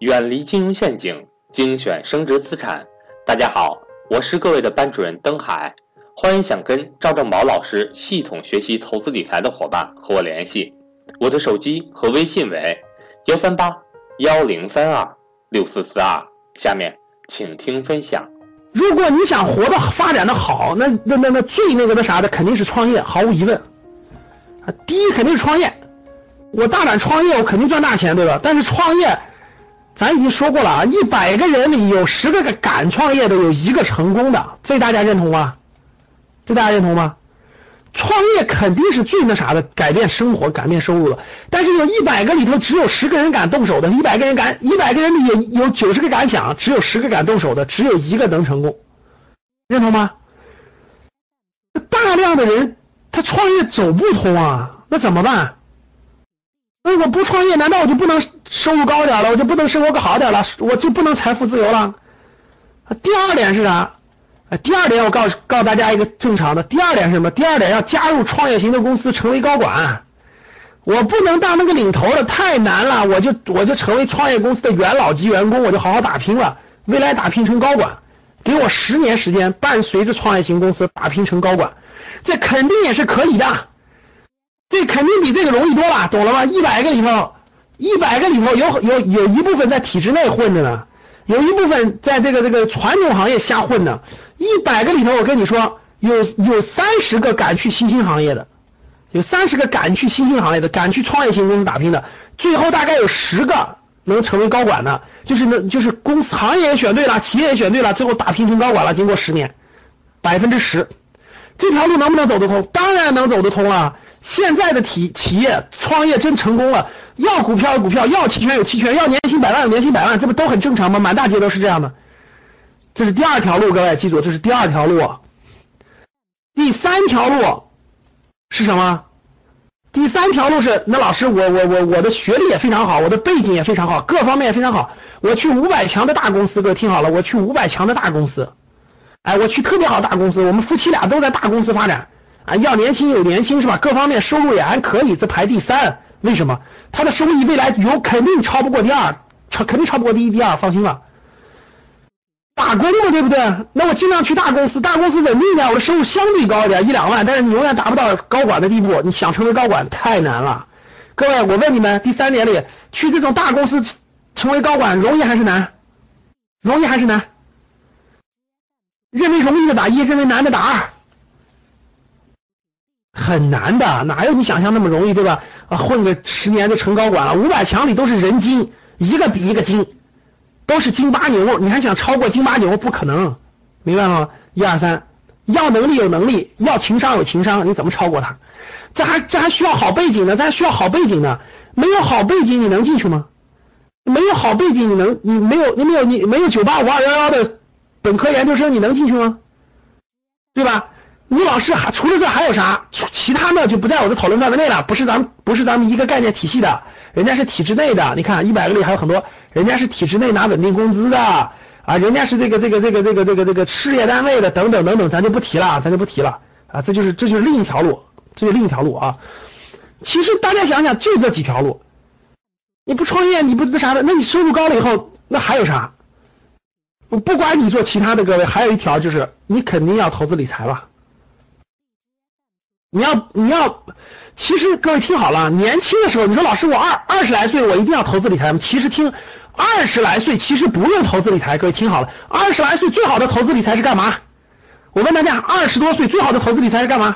远离金融陷阱，精选升值资产。大家好，我是各位的班主任登海，欢迎想跟赵正宝老师系统学习投资理财的伙伴和我联系，我的手机和微信为13810326442。下面请听分享。 如果你想活得发展的好，那最那个的啥的肯定是创业，毫无疑问。第一肯定是创业，我大胆创业，我肯定赚大钱，对吧？但是创业，咱已经说过了啊，100个人里有10个敢创业的，有1个成功的，这大家认同吗？创业肯定是最那啥的，改变生活、改变收入的。但是有100个里头只有10个人敢动手的，100个人里有90个敢想，只有10个敢动手的，只有1个能成功，认同吗？大量的人他创业走不通啊，那怎么办？那我不创业，难道我就不能收入高点了？我就不能生活好点了？我就不能财富自由了？第二点是啥？第二点我告诉大家一个正常的。第二点是什么？第二点要加入创业型的公司，成为高管。我不能当那个领头的，太难了。我就成为创业公司的元老级员工，我就好好打拼了，未来打拼成高管。给我10年时间，伴随着创业型公司打拼成高管，这肯定也是可以的。这肯定比这个容易多了，懂了吗？100个里头有一部分在体制内混着呢，有一部分在这个传统行业瞎混的。100个里头，我跟你说，有30个敢去新兴行业的，敢去创业型公司打拼的，最后大概有10个能成为高管的，就是公司行业也选对了，企业也选对了，最后打拼成高管了，经过10年，10%。这条路能不能走得通？当然能走得通了。现在的企业创业真成功了，要股票有股票，要期权有期权，要年薪100万有年薪100万，这不都很正常吗？满大街都是这样的。这是第2条路，各位记住，这是第2条路。第3条路是什么？第3条路是，那老师我的学历也非常好，我的背景也非常好，各方面也非常好，我去500强的大公司，各位听好了，我去500强的大公司，我去特别好大公司，我们夫妻俩都在大公司发展。要年薪有年薪是吧？各方面收入也还可以，这排第3。为什么？他的收益未来肯定超不过第2，肯定超不过第1、第2，放心吧。打工嘛，对不对？那我尽量去大公司，大公司稳定一点，我的收入相对高一点，1、2万，但是你永远达不到高管的地步。你想成为高管太难了。各位，我问你们，第3点里，去这种大公司成为高管容易还是难？容易还是难？认为容易的打1，认为难的打2。很难的，哪有你想象那么容易，对吧？混个10年就成高管了。500强里都是人精，一个比一个精，都是金巴牛。你还想超过金巴牛？不可能，明白了吗？1、2、3，要能力有能力，要情商有情商，你怎么超过他？这还需要好背景呢，没有好背景你能进去吗？没有好背景你没有985、211的本科研究生你能进去吗？对吧？吴老师除了这还有啥？其他的就不在我的讨论范围内了，不是咱们一个概念体系的，人家是体制内的。你看100个里还有很多，人家是体制内拿稳定工资的啊，人家是这个事业单位的等等，咱就不提了啊，这就是另一条路，啊。其实大家想想，就这几条路，你不创业，你不那啥的，那你收入高了以后，那还有啥？不管你做其他的，各位，还有一条就是你肯定要投资理财吧。你要，其实各位听好了，年轻的时候，你说老师我20来岁我一定要投资理财吗？其实20来岁其实不用投资理财，各位听好了，20来岁最好的投资理财是干嘛？我问大家，20多岁最好的投资理财是干嘛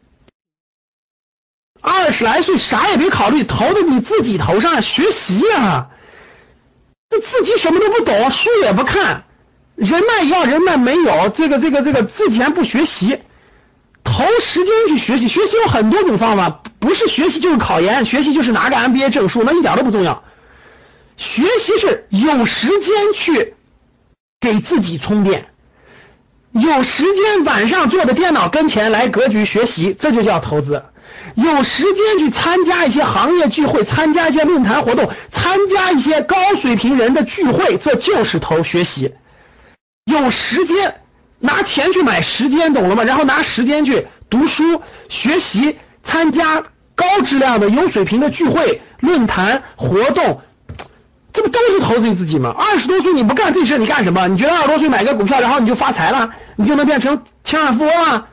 ？20来岁啥也别考虑，投的你自己头上，学习啊！这自己什么都不懂，书也不看，人脉要人脉没有，这个自己还不学习。投时间去学习，学习有很多种方法，不是学习就是考研，学习就是拿个 MBA 证书，那一点都不重要。学习是有时间去给自己充电，有时间晚上坐在电脑跟前来格局学习，这就叫投资。有时间去参加一些行业聚会，参加一些论坛活动，参加一些高水平人的聚会，这就是学习。有时间拿钱去买时间，懂了吗？然后拿时间去读书学习，参加高质量的有水平的聚会论坛活动， 这不都是投资你自己吗？20多岁你不干这事，你干什么？你觉得20多岁买个股票，然后你就发财了，你就能变成千万富翁了？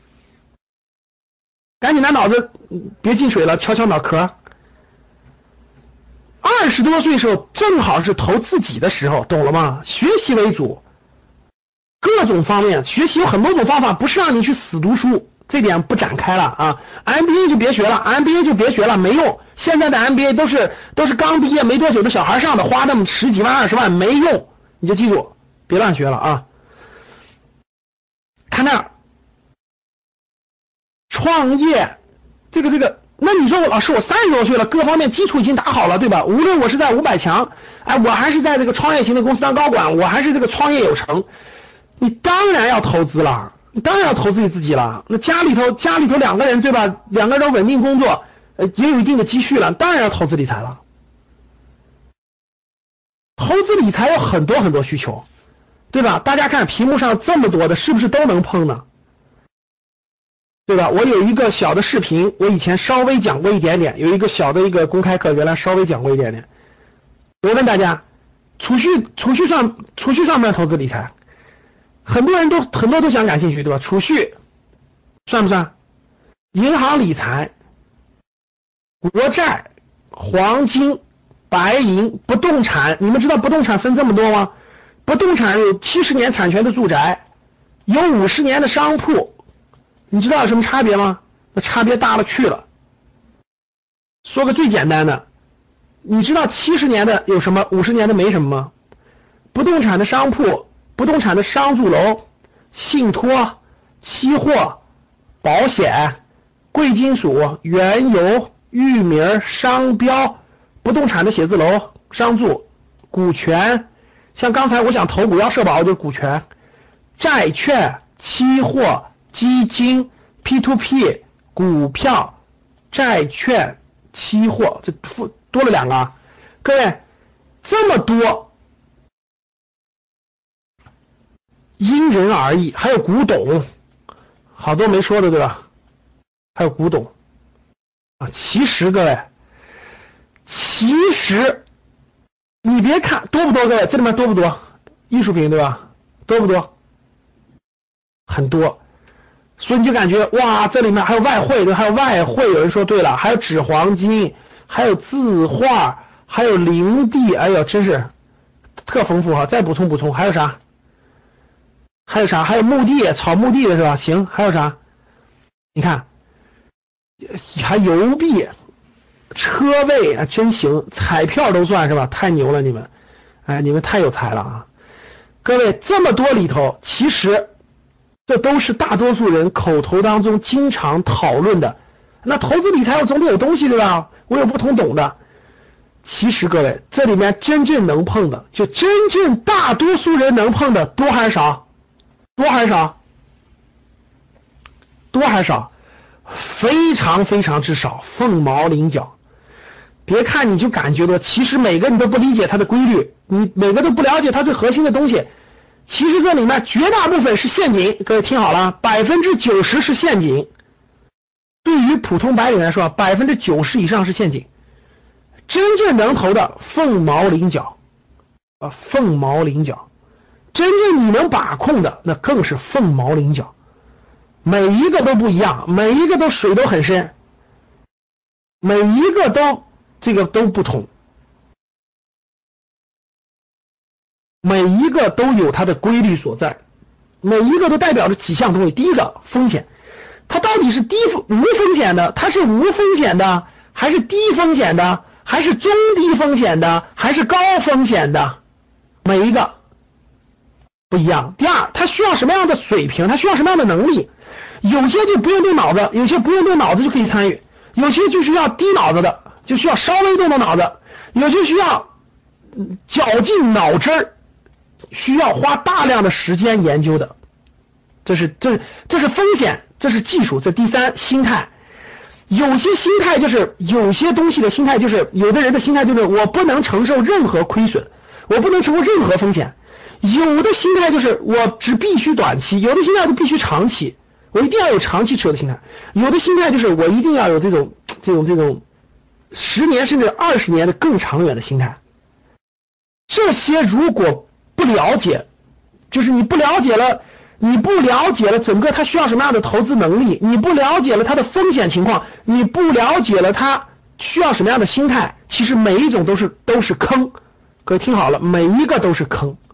赶紧拿脑子别进水了，敲敲脑壳。20多岁的时候正好是投自己的时候，懂了吗？学习为主，各种方面学习有很多种方法，不是让你去死读书，这点不展开了啊。MBA 就别学了 ，MBA 就别学了，没用。现在的 MBA 都是刚毕业没多久的小孩上的，花那么10几万20万没用，你就记住，别乱学了啊。看那儿，创业，这个，那你说老师我30多岁了，各方面基础已经打好了，对吧？无论我是在500强，哎，我还是在这个创业型的公司当高管，我还是这个创业有成，你当然要投资了，你当然要投资你自己了。那家里头2个人，对吧？2个人都稳定工作，也有一定的积蓄了，当然要投资理财了。投资理财有很多很多需求，对吧？大家看屏幕上这么多的，是不是都能碰呢？对吧？我有一个小的视频，我以前稍微讲过一点点，有一个小的一个公开课，原来稍微讲过一点点。我问大家，储蓄算不算投资理财？很多都想感兴趣，对吧？储蓄算不算？银行理财、国债、黄金、白银、不动产，你们知道不动产分这么多吗？不动产有70年产权的住宅，有50年的商铺，你知道有什么差别吗？那差别大了去了。说个最简单的，你知道70年的有什么，50年的没什么吗？不动产的商铺、不动产的商住楼、信托、期货、保险、贵金属、原油、域名、商标、不动产的写字楼、商住、股权，像刚才我想投股要社保就是股权、债券、期货、基金、P2P、股票、债券、期货，这多了2个啊。各位，这么多，因人而异。还有古董，好多没说的，对吧？还有古董啊。其实各位，你别看多不多，各位，这里面多不多？艺术品，对吧？多不多？很多。所以你就感觉哇，这里面还有外汇，对，还有外汇。有人说对了，还有纸黄金，还有字画，还有陵地，哎呦，真是特丰富哈。再补充，还有啥？还有墓地，炒墓地的是吧？行，还有啥？你看，还邮币、车位啊，真行，彩票都算是吧？太牛了，你们，哎，你们太有才了啊！各位，这么多里头，其实这都是大多数人口头当中经常讨论的。那投资理财我总得有东西，对吧？我有不同懂的。其实各位，这里面真正能碰的，就真正大多数人能碰的，多还是少？多还是少？多还是少？非常非常之少，凤毛麟角。别看你就感觉到，其实每个你都不理解它的规律，你每个都不了解它最核心的东西。其实这里面绝大部分是陷阱，各位听好了，90%是陷阱。对于普通白领来说，90%以上是陷阱。真正能投的凤毛麟角啊，凤毛麟角。真正你能把控的，那更是凤毛麟角。每一个都不一样，每一个都水都很深，每一个都不同。每一个都有它的规律所在，每一个都代表着几项东西。第一个，风险，它到底是无风险的，它是无风险的，还是低风险的，还是中低风险的，还是高风险的？每一个不一样。第二，它需要什么样的水平，它需要什么样的能力？有些就不用动脑子，有些不用动脑子就可以参与，有些就需要低脑子的，就需要稍微动动脑子，有些需要绞尽脑汁儿，需要花大量的时间研究的。这是风险，这是技术。这第三，心态。有些心态就是有些东西的心态，就是有的人的心态就是我不能承受任何亏损，我不能承受任何风险。有的心态就是我只必须短期，有的心态就必须长期，我一定要有长期持有的心态。有的心态就是我一定要有这种10年甚至20年的更长远的心态。 这些如果不了解，就是你不了解了整个他需要什么样的投资能力，你不了解了他的风险情况，你不了解了他需要什么样的心态，其实每一种都是坑。各位听好了，每一个都是坑。